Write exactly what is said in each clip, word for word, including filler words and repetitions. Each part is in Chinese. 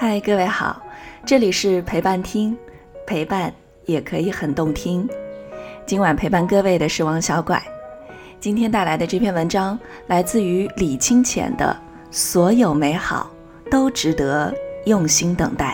嗨，各位好，这里是陪伴听，陪伴也可以很动听。今晚陪伴各位的是王小拐，今天带来的这篇文章来自于李清浅的《所有美好都值得用心等待》。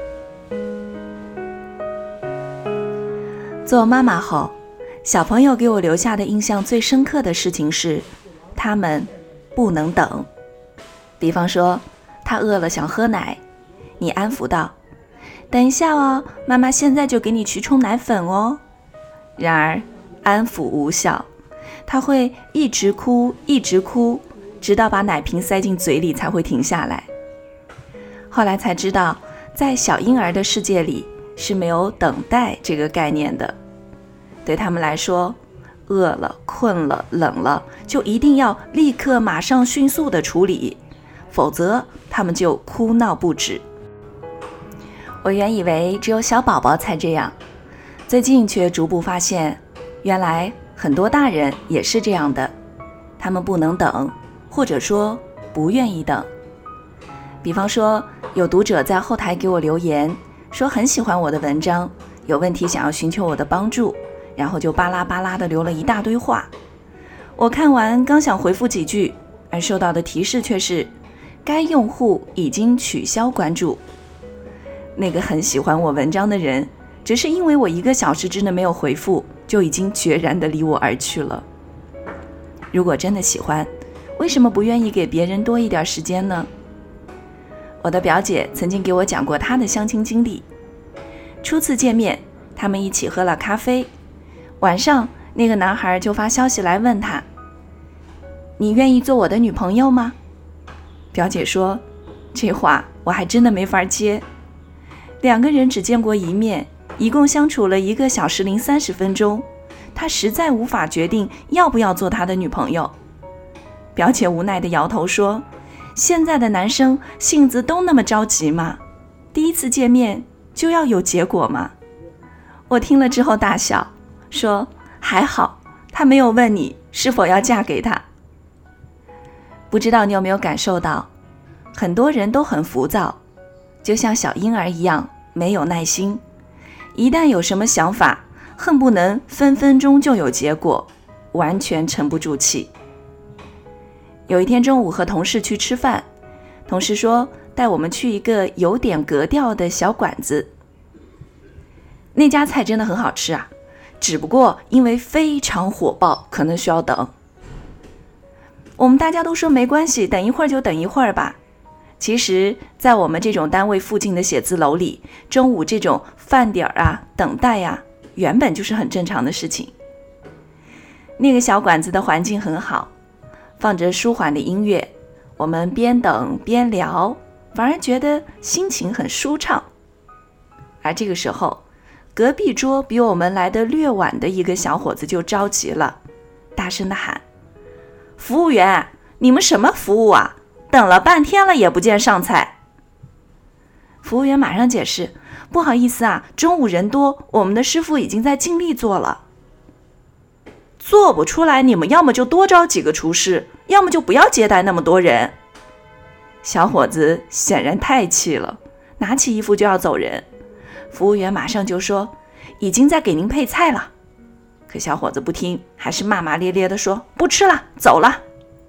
做妈妈后，小朋友给我留下的印象最深刻的事情是，他们不能等。比方说，他饿了想喝奶，你安抚道：等一下哦，妈妈现在就给你去冲奶粉哦。然而安抚无效，他会一直哭一直哭，直到把奶瓶塞进嘴里才会停下来。后来才知道，在小婴儿的世界里是没有等待这个概念的。对他们来说，饿了困了冷了就一定要立刻马上迅速的处理，否则他们就哭闹不止。我原以为只有小宝宝才这样，最近却逐步发现，原来很多大人也是这样的，他们不能等，或者说不愿意等。比方说，有读者在后台给我留言，说很喜欢我的文章，有问题想要寻求我的帮助，然后就巴拉巴拉地留了一大堆话。我看完刚想回复几句，而收到的提示却是该用户已经取消关注。那个很喜欢我文章的人，只是因为我一个小时之内没有回复，就已经决然地离我而去了。如果真的喜欢，为什么不愿意给别人多一点时间呢？我的表姐曾经给我讲过她的相亲经历。初次见面，他们一起喝了咖啡，晚上那个男孩就发消息来问她：你愿意做我的女朋友吗？表姐说，这话我还真的没法接。两个人只见过一面，一共相处了一个小时零三十分钟，他实在无法决定要不要做他的女朋友。表姐无奈地摇头说，现在的男生性子都那么着急吗？第一次见面就要有结果吗？我听了之后大笑，说还好他没有问你是否要嫁给他。不知道你有没有感受到，很多人都很浮躁，就像小婴儿一样没有耐心，一旦有什么想法，恨不能分分钟就有结果，完全沉不住气。有一天中午和同事去吃饭，同事说带我们去一个有点格调的小馆子。那家菜真的很好吃啊，只不过因为非常火爆，可能需要等。我们大家都说没关系，等一会儿就等一会儿吧。其实在我们这种单位附近的写字楼里，中午这种饭点啊等待啊原本就是很正常的事情。那个小馆子的环境很好，放着舒缓的音乐，我们边等边聊，反而觉得心情很舒畅。而这个时候，隔壁桌比我们来得略晚的一个小伙子就着急了，大声地喊：服务员，你们什么服务啊？等了半天了也不见上菜。服务员马上解释，不好意思啊，中午人多，我们的师傅已经在尽力做了。做不出来，你们要么就多招几个厨师，要么就不要接待那么多人。小伙子显然太气了，拿起衣服就要走人。服务员马上就说，已经在给您配菜了。可小伙子不听，还是骂骂咧咧地说，不吃了，走了。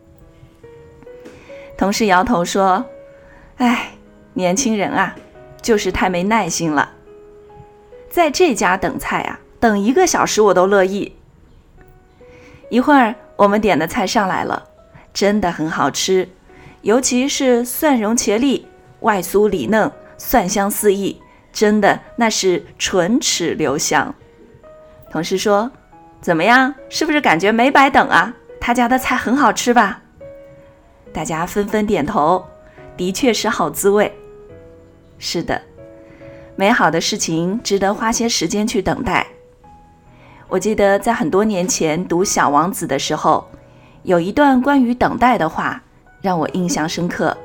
同事摇头说，哎，年轻人啊，就是太没耐心了。在这家等菜啊，等一个小时我都乐意。一会儿我们点的菜上来了，真的很好吃，尤其是蒜蓉茄粒，外酥里嫩，蒜香四溢，真的那是唇齿留香。同事说，怎么样，是不是感觉没白等啊？他家的菜很好吃吧？大家纷纷点头，的确是好滋味。是的，美好的事情值得花些时间去等待。我记得在很多年前读《小王子》的时候，有一段关于等待的话让我印象深刻。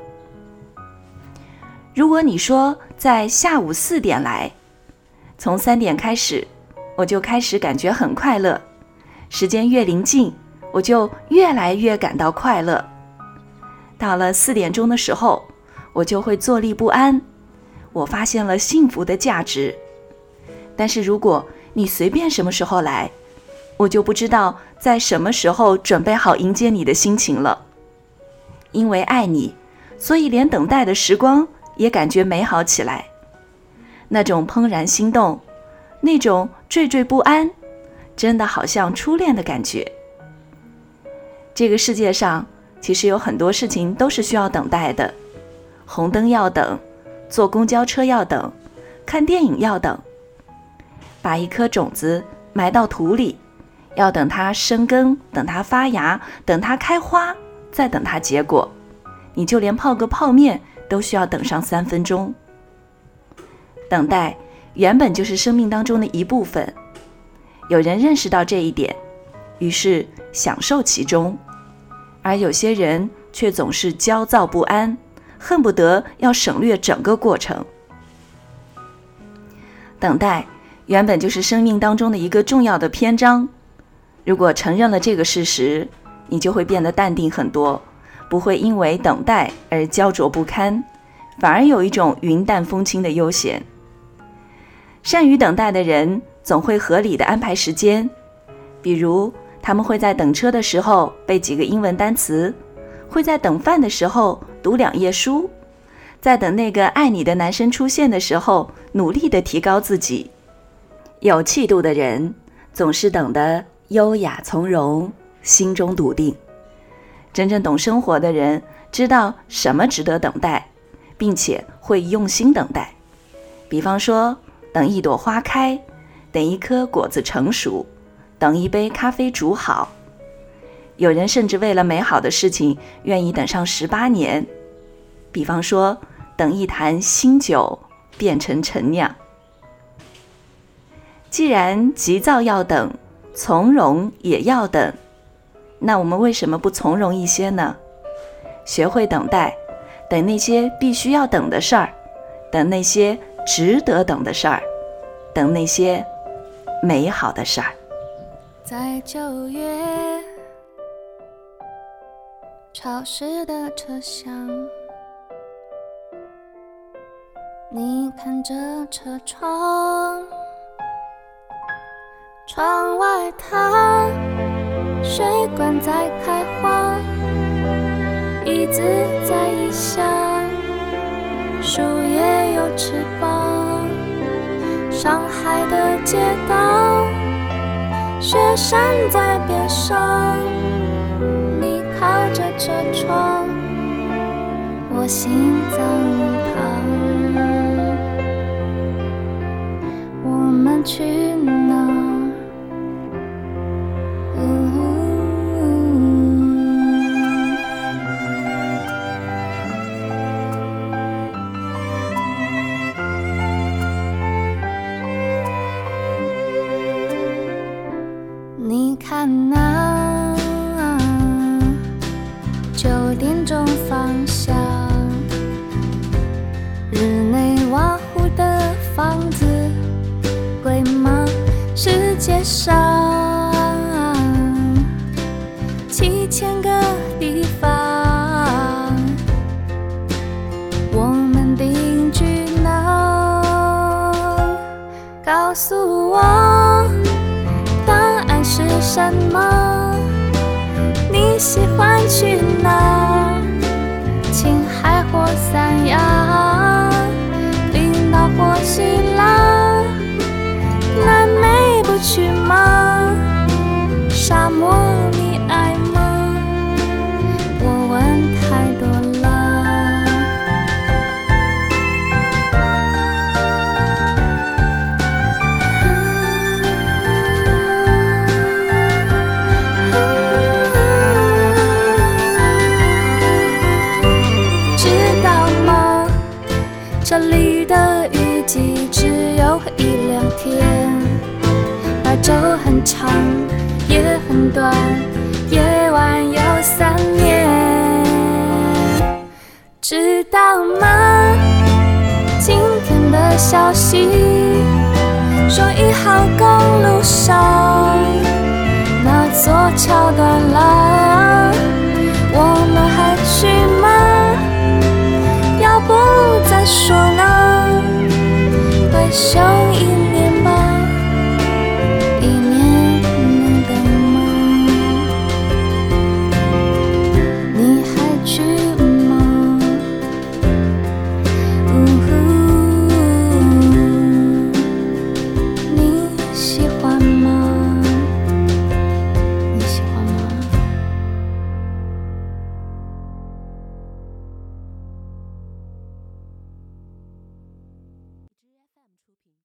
如果你说在下午四点来，从三点开始，我就开始感觉很快乐，时间越临近，我就越来越感到快乐。到了四点钟的时候，我就会坐立不安， 我发现了幸福的价值。但是如果你随便什么时候来，我就不知道在什么时候准备好迎接你的心情了。因为爱你，所以连等待的时光也感觉美好起来。那种怦然心动，那种惴惴不安，真的好像初恋的感觉。这个世界上其实有很多事情都是需要等待的，红灯要等，坐公交车要等，看电影要等。把一颗种子埋到土里，要等它生根，等它发芽，等它开花，再等它结果。你就连泡个泡面都需要等上三分钟。等待原本就是生命当中的一部分，有人认识到这一点，于是享受其中，而有些人却总是焦躁不安，恨不得要省略整个过程。等待原本就是生命当中的一个重要的篇章，如果承认了这个事实，你就会变得淡定很多，不会因为等待而焦灼不堪，反而有一种云淡风轻的悠闲。善于等待的人总会合理的安排时间，比如他们会在等车的时候背几个英文单词，会在等饭的时候读两页书，在等那个爱你的男生出现的时候努力的提高自己。有气度的人总是等得优雅从容，心中笃定。真正懂生活的人知道什么值得等待，并且会用心等待。比方说，等一朵花开，等一颗果子成熟，等一杯咖啡煮好。有人甚至为了美好的事情愿意等上十八年。比方说，等一坛新酒变成陈酿。既然急躁要等，从容也要等，那我们为什么不从容一些呢？学会等待，等那些必须要等的事儿，等那些值得等的事儿，等那些美好的事儿。 在九月潮湿的车厢，你看着车窗，窗外它水管在开花，椅子在异乡，树叶有翅膀。上海的街道，雪山在边上，你靠着车窗，我心脏旁。我们去哪儿？你看那九点钟方向，日内瓦湖的房子贵吗？世界上七千个地方，我们定居哪？告诉我是什么？你喜欢去哪？青海或三亚，冰岛或希腊，南美不去吗？沙漠你爱吗？我问太多了。这里的雨季只有一两天，白昼很长，夜很短，夜晚有三年。知道吗？今天的消息说一号公路上那座桥断了，我们还去吗？